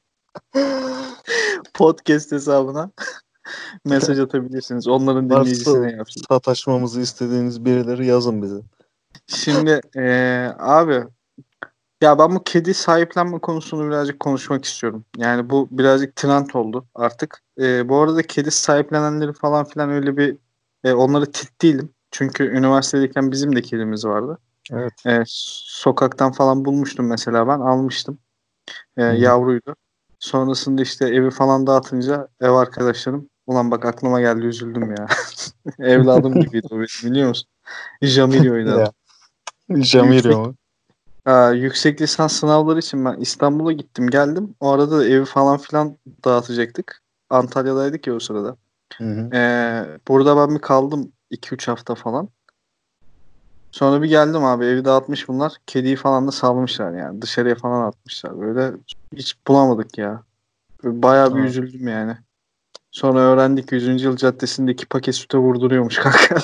A: podcast hesabına mesaj atabilirsiniz. Onların
B: varsa
A: dinleyicisine yavşayın.
B: sataşmamızı istediğiniz birileri yazın bize.
A: Şimdi abi ya ben bu kedi sahiplenme konusunu birazcık konuşmak istiyorum. Yani bu birazcık trend oldu artık. Bu arada kedi sahiplenenleri falan filan öyle bir onları tit değilim. Çünkü üniversitedeyken bizim de kedimiz vardı.
B: Evet.
A: Sokaktan falan bulmuştum mesela ben almıştım.
B: Hı hı.
A: Yavruydu. Sonrasında işte evi falan dağıtınca ev arkadaşlarım ulan bak aklıma geldi üzüldüm ya. Evladım gibiydi o benim biliyor musun? Jamirio'ydu adı.
B: Ya Jamiro
A: Yüksek
B: mu?
A: yüksek lisans sınavları için ben İstanbul'a gittim geldim. O arada da evi falan filan dağıtacaktık. Antalya'daydık ya o sırada.
B: Hı hı.
A: Burada ben bir kaldım 2-3 hafta falan. Sonra bir geldim abi evi dağıtmış bunlar. Kediyi falan da salmışlar yani. Dışarıya falan atmışlar. Böyle hiç bulamadık ya. Böyle bayağı bir
B: Aa.
A: üzüldüm yani. Sonra öğrendik 100. Yıl Caddesi'ndeki paket süte vurduruyormuş kanka.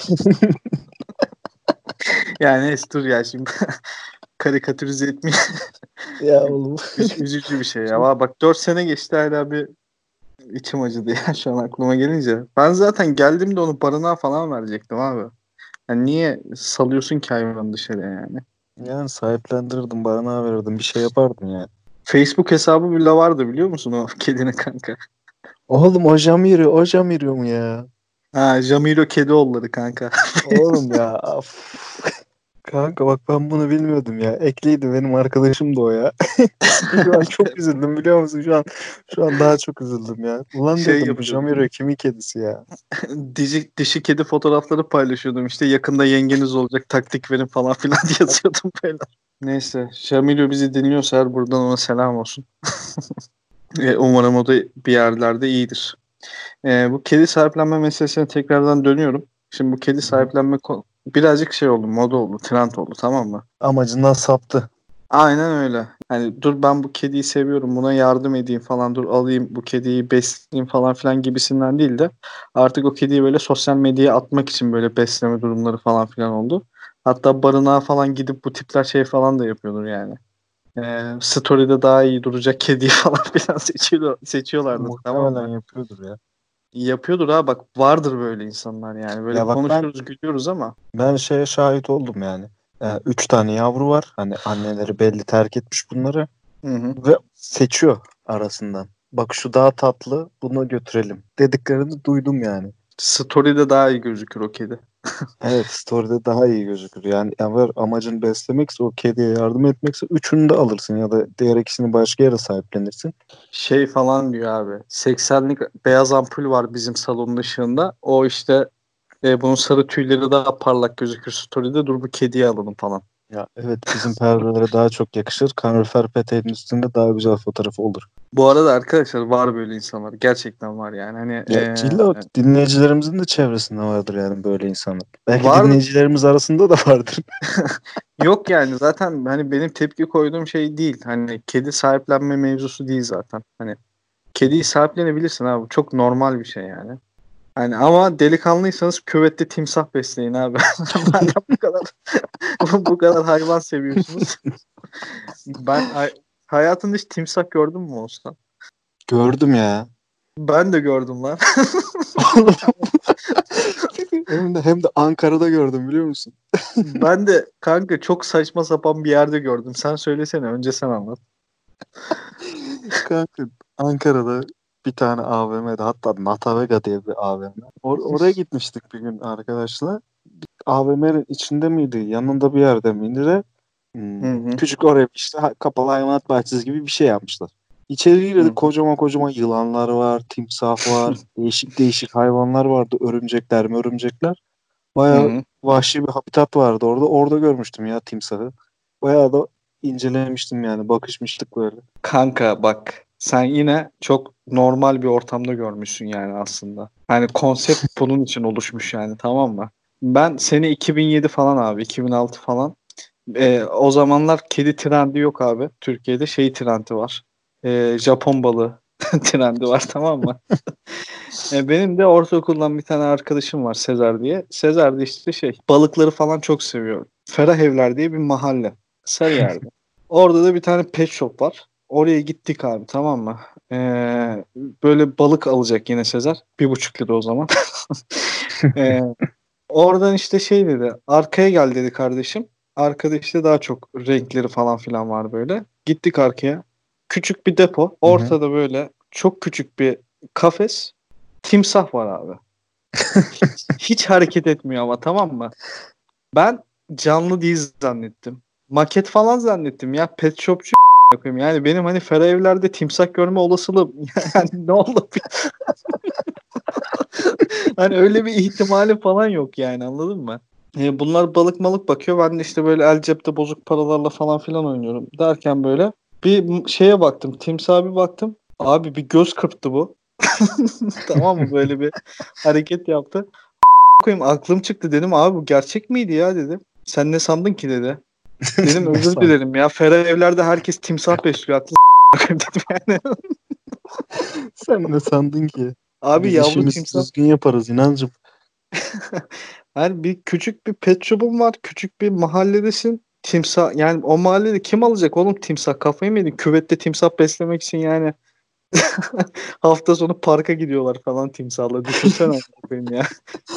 A: Yani neyse dur ya şimdi karikatürize etmeyeyim.
B: Ya oğlum.
A: Üzücü bir şey ya.
B: Çok-
A: Valla bak 4 sene geçti hala bir içim acıdı ya şu an aklıma gelince. Ben zaten geldiğimde onu barınağa falan verecektim abi. Yani niye salıyorsun ki hayvanı dışarıya yani?
B: Yani sahiplendirirdim, barınağa verirdim, bir şey yapardım yani.
A: Facebook hesabı bile vardı biliyor musun o kedinin kanka?
B: Oğlum o Jamiro mu ya?
A: Ha, Jamiro Kedioğulları kanka.
B: Oğlum ya. Af. Kanka bak ben bunu bilmiyordum ya. Ekliydi benim arkadaşım da o ya. Şu an çok üzüldüm biliyor musun? Şu an daha çok üzüldüm ya. Ulan
A: Şey
B: dedim bu
A: yapıyordum.
B: Jamiro kimin kedisi ya?
A: Dişi kedi fotoğrafları paylaşıyordum. İşte yakında yengeniz olacak taktik verin falan filan diye yazıyordum böyle. Neyse. Jamilo bizi dinliyorsa her buradan ona selam olsun. Umarım o da bir yerlerde iyidir. Bu kedi sahiplenme meselesine tekrardan dönüyorum. Şimdi bu kedi
B: Hı hı.
A: sahiplenme birazcık şey oldu, moda oldu, trend oldu tamam mı?
B: Amacından saptı.
A: Aynen öyle. Hani dur ben bu kediyi seviyorum, buna yardım edeyim falan, dur alayım bu kediyi besleyeyim falan filan gibisinden değil de artık o kediyi böyle sosyal medyaya atmak için böyle besleme durumları falan filan oldu. Hatta barınağa falan gidip bu tipler şey falan da yapıyordur yani. Story'de daha iyi duracak kediyi falan filan seçiyorlardı tamam
B: Muhtemelen
A: mı?
B: yapıyordur ya.
A: Yapıyordur ha bak vardır böyle insanlar yani. Böyle
B: Ya bak ben
A: konuşuyoruz gülüyoruz ama.
B: ben şeye şahit oldum yani. 3 tane yavru var. Hani anneleri belli terk etmiş bunları.
A: Hı hı.
B: Ve seçiyor arasından. Bak şu daha tatlı, bunu götürelim dediklerini duydum yani.
A: Story'de daha iyi gözükür o kedi.
B: Evet, story'de daha iyi gözükür. Yani eğer amacın beslemekse, o kediye yardım etmekse üçünü de alırsın ya da diğer ikisini başka yere sahiplenirsin.
A: Şey falan diyor abi. 80'lik beyaz ampul var bizim salonun ışığında. O işte bunun sarı tüyleri daha parlak gözükür story'de. Dur bu kediyi alalım falan.
B: Ya evet, bizim perdelere daha çok yakışır. Kalorifer peteğin üstünde daha güzel fotoğrafı olur.
A: Bu arada arkadaşlar var böyle insanlar. Gerçekten var yani. Hani
B: Ya illa dinleyicilerimizin de çevresinde vardır yani böyle insanlar. Belki
A: var
B: dinleyicilerimiz arasında da vardır.
A: yok yani zaten hani benim tepki koyduğum şey değil. Hani kedi sahiplenme mevzusu değil zaten. Hani kediyi sahiplenebilirsin abi. Bu çok normal bir şey yani. Hani ama delikanlıysanız küvette timsah besleyin abi. Madem bu kadar hayvan seviyorsunuz. Ben hayatında hiç timsah gördün mü olsan?
B: Gördüm ya.
A: Ben de gördüm lan.
B: Hem de Ankara'da gördüm biliyor musun?
A: Ben de kanka çok saçma sapan bir yerde gördüm. Sen söylesene önce sen anlat.
B: Kanka Ankara'da bir tane AVM'de, hatta Natavega diye bir AVM. Oraya gitmiştik bir gün arkadaşlar. AVM'nin içinde miydi? Yanında bir yerde miydi de
A: Hı hı.
B: küçük oraya işte kapalı hayvanat bahçesi gibi bir şey yapmışlar. İçeri
A: Hı
B: girdik,
A: hı.
B: kocaman kocaman yılanlar var, timsah var, değişik değişik hayvanlar vardı, örümcekler.
A: Hı
B: Bayağı
A: hı.
B: vahşi bir habitat vardı orada. Orada görmüştüm ya timsahı. bayağı da incelemiştim yani. Bakışmıştık böyle.
A: Kanka bak sen yine çok normal bir ortamda görmüşsün yani aslında. Hani konsept bunun için oluşmuş yani, tamam mı? Ben seni 2007 falan abi, 2006 falan. O zamanlar kedi trendi yok abi. Türkiye'de şey trendi var. Japon balığı trendi var, tamam mı? Benim de ortaokuldan bir tane arkadaşım var, Sezer diye. Sezer de işte şey, balıkları falan çok seviyor. Ferah Evler diye bir mahalle. Sarıyer'de. Orada da bir tane pet shop var. Oraya gittik abi, tamam mı? Böyle balık alacak yine Sezer. 1,5 lira o zaman. Ee, Oradan işte şey dedi. Arkaya gel dedi kardeşim. Arkada işte daha çok renkleri falan filan var böyle. Gittik arkaya. Küçük bir depo.
B: Hı hı.
A: Ortada böyle çok küçük bir kafes. Timsah var abi. Hiç hareket etmiyor ama, tamam mı? Ben canlı değil zannettim. Maket falan zannettim ya. Pet shopçu yapayım. Yani benim hani Ferah Evler'de timsah görme olasılığım yani ne oldu? Hani öyle bir ihtimali falan yok yani, anladın mı? Bunlar balık malık bakıyor. Ben de işte böyle el cepte bozuk paralarla falan filan oynuyorum. Derken böyle bir şeye baktım. Timsah'a bir baktım. Abi bir göz kırptı bu. Tamam mı? Böyle bir hareket yaptı. Koyayım aklım çıktı, dedim abi bu gerçek miydi ya dedim. Sen ne sandın ki dedi. Dedim
B: Ne
A: özür
B: san-
A: dilerim ya. Ferah Evler'de herkes timsah besliyor. Aklı dedim yani.
B: Sen ne sandın ki?
A: Abi
B: Biz
A: yavru
B: işimizi
A: timsah.
B: düzgün yaparız inancım.
A: Yani bir küçük bir pet shop'un var. Küçük bir mahalledesin. Timsah yani, o mahallede kim alacak oğlum timsah? Kafayı mı yedin? Küvette timsah beslemek için yani. Hafta sonu parka gidiyorlar falan timsahla. Düşünsene amına koyayım ya.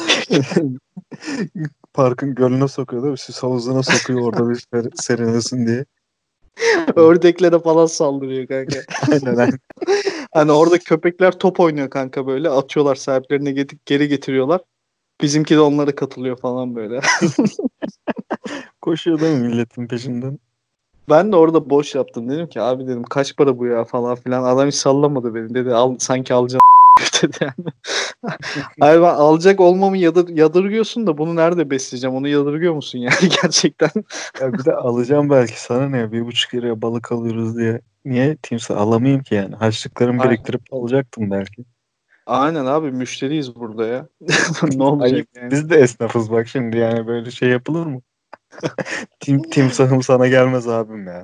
B: Parkın gölüne sokuyor değil mi? Süs havuzuna sokuyor orada bir serinlesin diye.
A: Ördeklere falan saldırıyor kanka.
B: Aynen aynen.
A: Hani orada köpekler top oynuyor kanka böyle. Atıyorlar, sahiplerine geri getiriyorlar. Bizimki de onlara katılıyor falan böyle.
B: Koşuyor değil mi milletin peşinden?
A: Ben de orada boş yaptım. Dedim ki abi dedim kaç para bu ya falan filan. Adam hiç sallamadı beni. Dedi al, sanki alacaksın dedi yani. Hayır, ben alacak olmamı yadırgıyorsun da bunu nerede besleyeceğim? Onu yadırgıyor musun yani gerçekten?
B: Ya bir de alacağım belki sana ne 1,5 liraya balık alıyoruz diye. Niye timsah alamayayım ki yani? Harçlıklarımı
A: Aynen.
B: biriktirip alacaktım belki.
A: Aynen abi, müşteriyiz burada ya. Ne
B: Ayıp.
A: olacak yani?
B: Biz de esnafız bak şimdi yani böyle şey yapılır mı? Timsahım sana gelmez abim ya.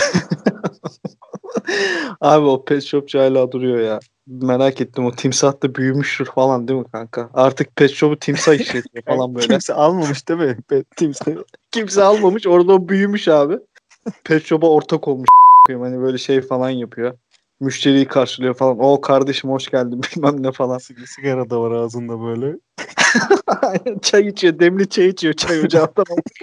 A: Abi o pet shopçu hala duruyor ya. Merak ettim, o timsah da büyümüştür falan değil mi kanka? Artık pet shop'u timsah işletiyor
B: Yani
A: falan böyle.
B: kimse almamış değil mi? Timsah.
A: Kimse almamış, orada o büyümüş abi. Pet shop'a ortak olmuş. Hani böyle şey falan yapıyor. Müşteriyi karşılıyor falan. O kardeşim hoş geldin bilmem ne falan.
B: Sigara da var ağzında böyle.
A: Aynen, çay içiyor. Demli çay içiyor çay ocağından.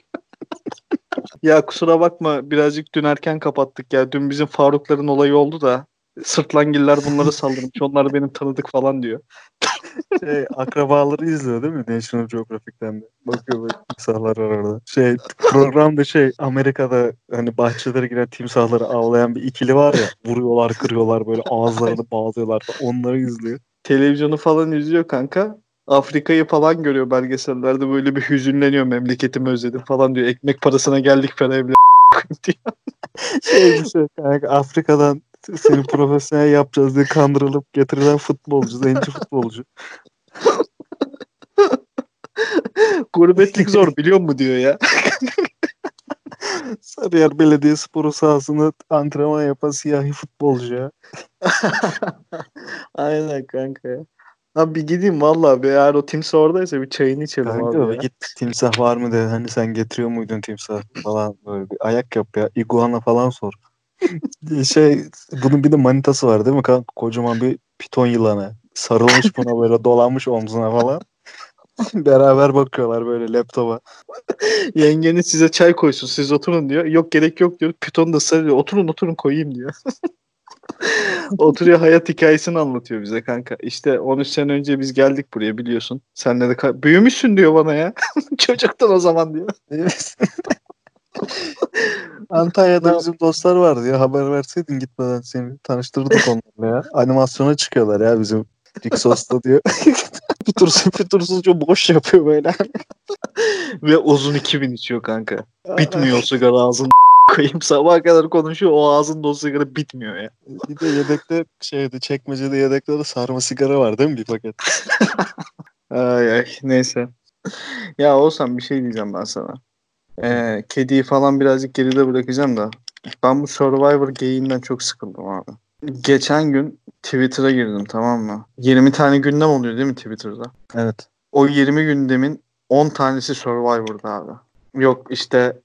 A: Ya kusura bakma, birazcık dün erken kapattık ya. Dün bizim Farukların olayı oldu da. Sırtlangiller bunları saldırmış. Onlar benim tanıdık falan diyor.
B: Akrabaları izliyor değil mi? National Geographic'ten de. Bakıyor böyle timsahlar var orada. Programda Amerika'da hani bahçelere giren timsahları avlayan bir ikili var ya. Vuruyorlar, kırıyorlar böyle ağızlarını bağlıyorlar falan. Onları izliyor.
A: Televizyonu falan izliyor kanka. Afrika'yı falan görüyor belgesellerde, böyle bir hüzünleniyor, memleketimi özledim falan diyor. Ekmek parasına geldik falan evle diyor.
B: Kanka, Afrika'dan seni profesyonel yapacağız diye kandırılıp getirilen futbolcu, zenci futbolcu.
A: Gurbetlik zor biliyor musun diyor ya.
B: Sarıyer Belediyesporu sahasında antrenman yapan siyahi futbolcu ya.
A: Aynen kanka ya. Abi bir gideyim vallahi, bir eğer o timsah oradaysa bir çayını içelim abi
B: Kanka
A: ya.
B: git timsah var mı de hani sen getiriyor muydun timsah falan böyle bir ayak yap ya. İguana falan sor. Şey Bunun bir de manitası var değil mi kanka? Kocaman bir piton yılanı. Sarılmış buna böyle dolanmış omzuna falan. Beraber bakıyorlar böyle laptopa.
A: Yengeniz size çay koysun siz oturun diyor. Yok gerek yok diyor. Piton da sarıyor. Oturun oturun koyayım diyor. Oturuyor, hayat hikayesini anlatıyor bize kanka. İşte 13 sene önce biz geldik buraya biliyorsun. Senle de büyümüşsün diyor bana ya. Çocuktan o zaman diyor.
B: Antalya'da
A: Ne
B: bizim dostlar vardı ya haber verseydin gitmeden seni tanıştırdık onlarla ya. Animasyona çıkıyorlar ya bizim Rixos'ta diyor. Fütursuzca boş yapıyor böyle.
A: Ve uzun 2000 içiyor kanka.
B: Aynen.
A: Bitmiyor o sigara ağzında. koyayım sabaha kadar konuşuyor. O ağzında o sigara bitmiyor ya.
B: Bir de yedekte çekmecede yedekte de sarma sigara var değil mi bir paket?
A: Ay ay neyse. Ya Oğuzhan bir şey diyeceğim ben sana. Kediyi falan birazcık geride bırakacağım da. Ben bu Survivor geyiğinden çok sıkıldım abi. Geçen gün Twitter'a girdim, tamam mı? 20 tane gündem oluyor değil mi Twitter'da?
B: Evet.
A: O 20 gündemin 10 tanesi Survivor'da abi. Yok işte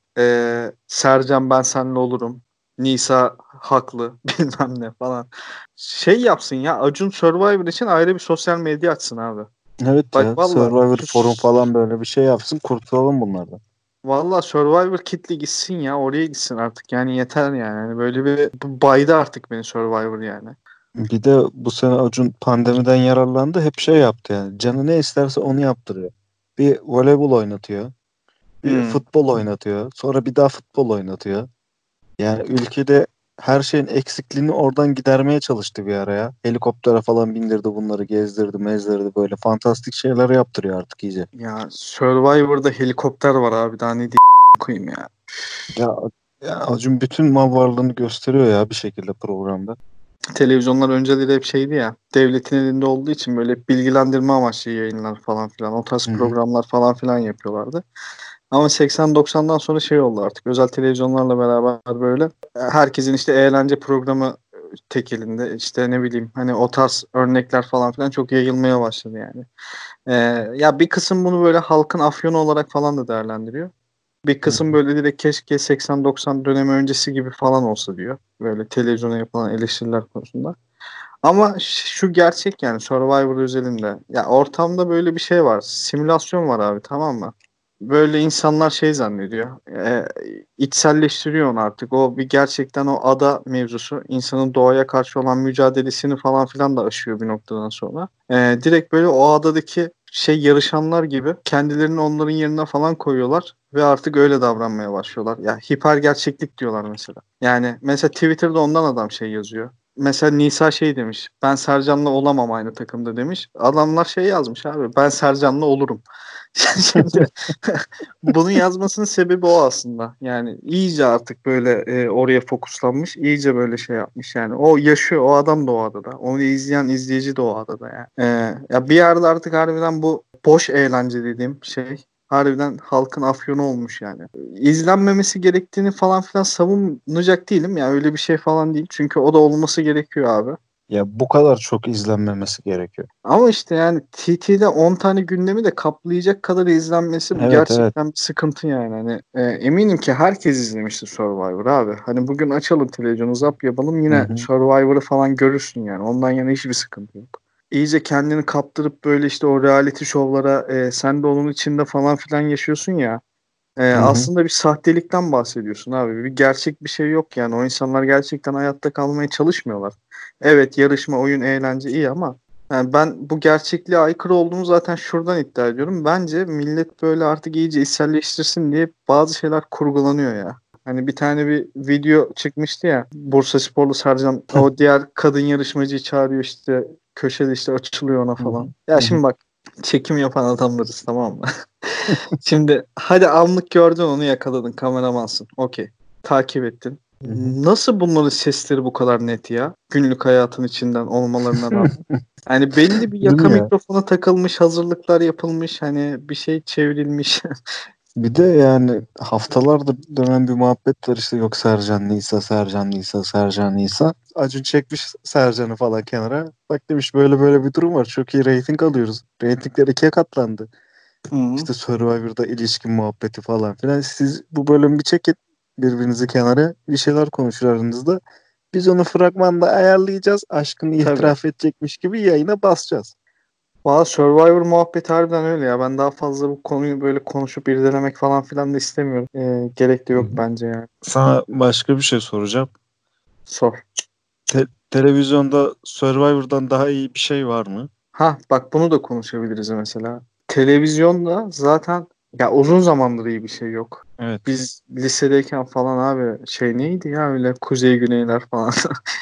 A: Sercan ben seninle olurum. Nisa haklı bilmem ne falan. Şey yapsın ya, Acun Survivor için ayrı bir sosyal medya açsın abi.
B: Evet
A: Bak
B: ya.
A: valla
B: Survivor forum falan böyle bir şey yapsın. Kurtulalım bunlardan.
A: valla Survivor kitli gitsin ya, oraya gitsin artık yani, yeter yani. Hani böyle bir baydı artık beni Survivor yani.
B: Bir de bu sene Acun pandemiden yararlandı. Hep şey yaptı yani. Canı ne isterse onu yaptırıyor. Bir voleybol oynatıyor. Bir
A: Hmm.
B: futbol oynatıyor. Sonra bir daha futbol oynatıyor. Yani ülkede her şeyin eksikliğini oradan gidermeye çalıştı bir ara ya. Helikoptere falan bindirdi bunları, gezdirdi, mezdirdi, böyle fantastik şeyler yaptırıyor artık iyice.
A: Ya Survivor'da helikopter var abi, daha ne diyeyim koyayım ya.
B: Ya, ya Acun bütün mal varlığını gösteriyor ya bir şekilde programda.
A: Televizyonlar önceleri hep şeydi ya, devletin elinde olduğu için böyle bilgilendirme amaçlı yayınlar falan filan, o tarz
B: Hı hı.
A: programlar falan filan yapıyorlardı. Ama 80-90'dan sonra şey oldu artık, özel televizyonlarla beraber böyle herkesin işte eğlence programı tek elinde, işte ne bileyim hani o tarz örnekler falan filan çok yayılmaya başladı yani. Ee, Ya bir kısım bunu böyle halkın afyonu olarak falan da değerlendiriyor. Bir
B: Hı
A: kısım
B: hı.
A: böyle direkt keşke 80-90 dönemi öncesi gibi falan olsa diyor. Böyle televizyona yapılan eleştiriler konusunda. Ama şu gerçek yani Survivor özelinde. Ya ortamda böyle bir şey var. Simülasyon var abi, tamam mı? Böyle insanlar şey zannediyor. İçselleştiriyor onu artık. O bir gerçekten o ada mevzusu insanın doğaya karşı olan mücadelesini falan filan da aşıyor bir noktadan sonra. Direkt böyle o adadaki şey yarışanlar gibi kendilerini onların yerine falan koyuyorlar ve artık öyle davranmaya başlıyorlar. Ya hiper gerçeklik diyorlar mesela. Yani mesela Twitter'da ondan adam şey yazıyor. Mesela Nisa şey demiş. Ben Sercan'la olamam aynı takımda demiş. Adamlar şey yazmış abi. Ben Sercan'la olurum. Şimdi bunu yazmasının sebebi o aslında. Yani iyice artık böyle oraya fokuslanmış. İyice böyle şey yapmış yani. O yaşıyor. O adam da o adada. Onu izleyen izleyici de o adada yani. Ya bir yerde artık harbiden bu boş eğlence dediğim şey harbiden halkın afyonu olmuş yani. İzlenmemesi gerektiğini falan filan savunacak değilim ya, öyle bir şey falan değil. Çünkü o da olması gerekiyor abi.
B: Ya bu kadar çok izlenmemesi gerekiyor.
A: Ama işte yani TT'de 10 tane gündemi de kaplayacak kadar izlenmesi bu
B: Evet, evet.
A: gerçekten bir sıkıntı yani. Hani eminim ki herkes izlemiştir Survivor abi. Hani bugün açalım televizyonu, zap yapalım,
B: Hı
A: yine
B: hı.
A: Survivor'ı falan görürsün yani. Ondan yana hiçbir sıkıntı yok. İyice kendini kaptırıp böyle işte o reality şovlara sen de onun içinde falan filan yaşıyorsun ya.
B: Hı hı.
A: Aslında bir sahtelikten bahsediyorsun abi. Bir gerçek bir şey yok yani. O insanlar gerçekten hayatta kalmaya çalışmıyorlar. Evet, yarışma, oyun, eğlence iyi ama yani ben bu gerçekliğe aykırı olduğunu zaten şuradan iddia ediyorum. Bence millet böyle artık iyice içselleştirsin diye bazı şeyler kurgulanıyor ya. Hani bir tane bir video çıkmıştı ya. Bursasporlu Sercan o diğer kadın yarışmacıyı çağırıyor, işte köşede işte açılıyor ona
B: Hı hı.
A: falan. Ya
B: Hı hı.
A: şimdi bak, çekim yapan adamlarız, tamam mı? Şimdi hadi anlık gördün, onu yakaladın, kameramansın. Okey. Takip ettin.
B: Hı hı.
A: Nasıl bunların sesleri bu kadar net ya? Günlük hayatın içinden olmalarına rağmen. Yani belli bir
B: Değil
A: yaka
B: mi ya?
A: mikrofona takılmış, hazırlıklar yapılmış, hani bir şey çevrilmiş.
B: Bir de yani haftalardır dönen bir muhabbet var işte, yok Sercan Nisa, Sercan Nisa, Sercan Nisa. Acun çekmiş Sercan'ı falan kenara. Bak demiş böyle böyle bir durum var. Çok iyi reyting alıyoruz. Reytingler ikiye katlandı.
A: Hı.
B: İşte Survivor'da ilişki muhabbeti falan filan. Siz bu bölümü bir çekin birbirinizi kenara. Bir şeyler konuşur aranızda. Biz onu fragmanda ayarlayacağız. Aşkını
A: Tabii.
B: itiraf edecekmiş gibi yayına basacağız.
A: Valla Survivor muhabbeti harbiden öyle ya. Ben daha fazla bu konuyu böyle konuşup irdelemek falan filan da istemiyorum. Gerek de
B: Hı
A: yok
B: hı.
A: bence yani.
B: Sana başka bir şey soracağım.
A: Sor.
B: Televizyonda Survivor'dan daha iyi bir şey var mı?
A: Ha bak, bunu da konuşabiliriz mesela. Televizyonda zaten ya uzun zamandır iyi bir şey yok.
B: Evet.
A: Biz lisedeyken falan abi şey neydi ya, öyle Kuzey Güneyler falan.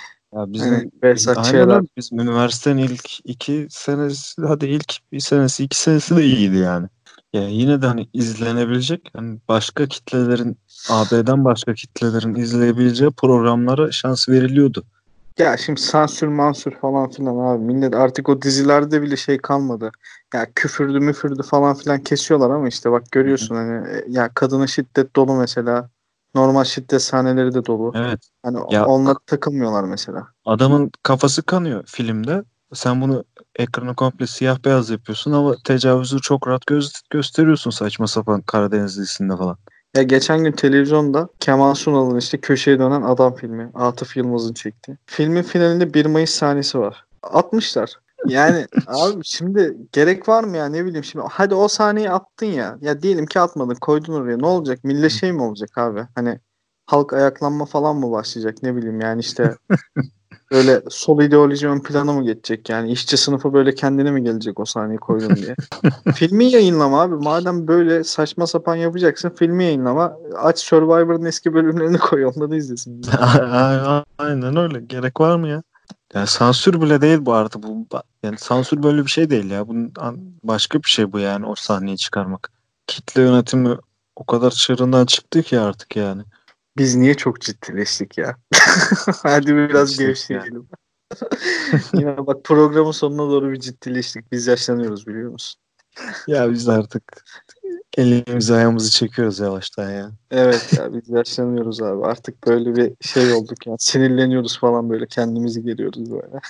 B: Ya
A: Hani
B: biz
A: Behzat
B: aynen
A: Ç'ler.
B: öyle. Bizim üniversitenin ilk 2 senesi, hadi ilk bir senesi 2 senesi de iyiydi yani. Ya yine de hani izlenebilecek, hani başka kitlelerin, AB'den başka kitlelerin izleyebileceği programlara şans veriliyordu.
A: Ya şimdi sansür mansür falan filan abi. Millet artık o dizilerde bile şey kalmadı. Ya küfürdü müfürdü falan filan kesiyorlar ama işte bak
B: Hı hı.
A: görüyorsun hani ya kadına şiddet dolu mesela. Normal şiddet sahneleri de dolu.
B: Evet.
A: Hani
B: Ya
A: onlar takılmıyorlar mesela.
B: adamın kafası kanıyor filmde. Sen bunu ekranı komple siyah beyaz yapıyorsun ama tecavüzü çok rahat gösteriyorsun saçma sapan Karadeniz dizisinde falan.
A: Ya geçen gün televizyonda Kemal Sunal'ın işte Köşeye Dönen Adam filmi. Atıf Yılmaz'ın çektiği. Filmin finalinde 1 Mayıs sahnesi var. Atmışlar. Yani abi şimdi gerek var mı ya, ne bileyim şimdi hadi o sahneyi attın ya. Ya diyelim ki atmadın, koydun oraya, ne olacak? Millet şey mi olacak abi? Hani halk ayaklanma falan mı başlayacak, ne bileyim yani işte böyle sol ideoloji ön plana mı geçecek, yani işçi sınıfı böyle kendine mi gelecek o sahneyi koydun diye. Filmi yayınlama abi. Madem böyle saçma sapan yapacaksın, filmi yayınlama. Aç Survivor'ın eski bölümlerini koy. Onları izlesin millet.
B: Aynen öyle. Gerek var mı ya? Ya sansür bile değil bu artık. Yani sansür böyle bir şey değil ya. Bunun başka bir şey bu yani, o sahneyi çıkarmak. Kitle yönetimi o kadar çığırından çıktı ki artık yani.
A: Biz niye çok ciddileştik ya? Hadi biraz
B: İşte yani.
A: gevşeyelim. Yine bak programın sonuna doğru bir ciddileştik. Biz yaşlanıyoruz, biliyor musun?
B: Ya biz artık elimizi ayağımızı çekiyoruz yavaştan ya.
A: Evet ya, biz yaşlanıyoruz abi. Artık böyle bir şey olduk yani. Sinirleniyoruz falan, böyle kendimizi geriyoruz böyle.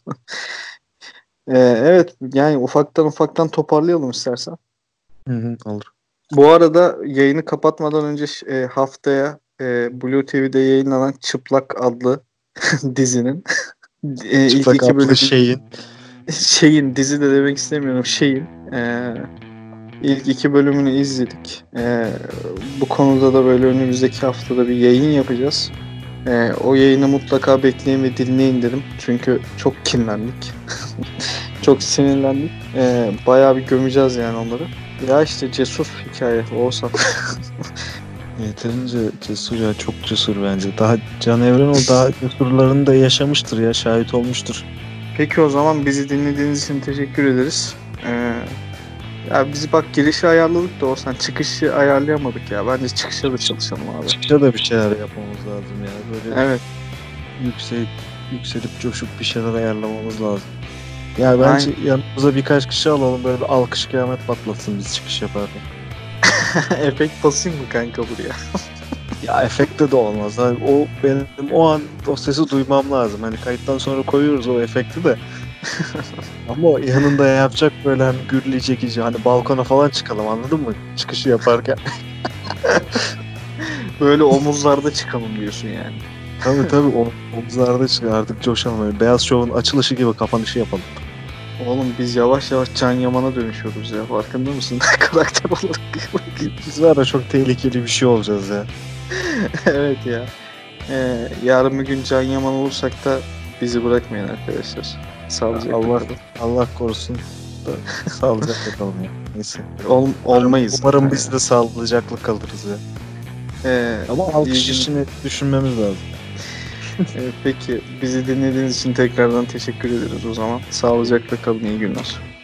A: Evet yani ufaktan ufaktan toparlayalım istersen.
B: Hı hı, olur.
A: Bu arada yayını kapatmadan önce haftaya Blue TV'de yayınlanan Çıplak adlı dizinin ilk
B: Çıplak
A: iki
B: adlı
A: bölümü,
B: şeyin.
A: şeyin, dizi de demek istemiyorum, şeyin ilk iki bölümünü izledik. Bu konuda da böyle önümüzdeki haftada bir yayın yapacağız. O yayını mutlaka bekleyin ve dinleyin derim. Çünkü çok kinlendik. Çok sinirlendik. Bayağı bir gömeceğiz yani onları. Ya işte cesur hikaye Oğuzhan.
B: Yeterince cesur ya, çok cesur bence. Daha Can Evrenoğlu daha cesurlarını da yaşamıştır ya, şahit olmuştur.
A: Peki o zaman bizi dinlediğiniz için teşekkür ederiz. Ya biz bak girişi ayarladık da Oğuzhan, çıkışı ayarlayamadık ya. Bence çıkışa da çalışalım abi.
B: Çıkışta da bir şeyler yapmamız lazım ya. Böyle
A: Evet.
B: yükselip coşup bir şeyler ayarlamamız lazım. Ya bence yanımıza birkaç kişi alalım, böyle bir alkış kıyamet patlatsın biz çıkış yaparken.
A: Efekt basayım mı kanka buraya?
B: Ya efekte de olmaz abi. O benim o an o sesi duymam lazım. Hani kayıttan sonra koyuyoruz o efekti de. Ama o yanında yapacak böyle hani gürleyecek iyice. Hani balkona falan çıkalım, anladın mı? Çıkışı yaparken.
A: Böyle omuzlarda çıkalım diyorsun yani.
B: Tabii o omuzlarda çıkar artık, coşalım. Böyle Beyaz Show'un açılışı gibi kapanışı yapalım.
A: Oğlum biz yavaş yavaş Can Yaman'a dönüşüyoruz ya. Farkında mısın? Karakter olarak.
B: Biz var ya, çok tehlikeli bir şey olacağız ya.
A: Evet ya. Yarın bir gün Can Yaman olursak da bizi bırakmayın arkadaşlar. Sağlıcakla
B: Allah
A: kalın.
B: Allah korusun da sağlıcakla kalın ya. Neyse.
A: Olmayız.
B: Umarım biz de sağlıcakla kalırız ya. Ama alkış
A: iyi gün-
B: işini düşünmemiz lazım.
A: Peki bizi dinlediğiniz için tekrardan teşekkür ederiz o zaman. Sağlıcakla kalın, iyi günler.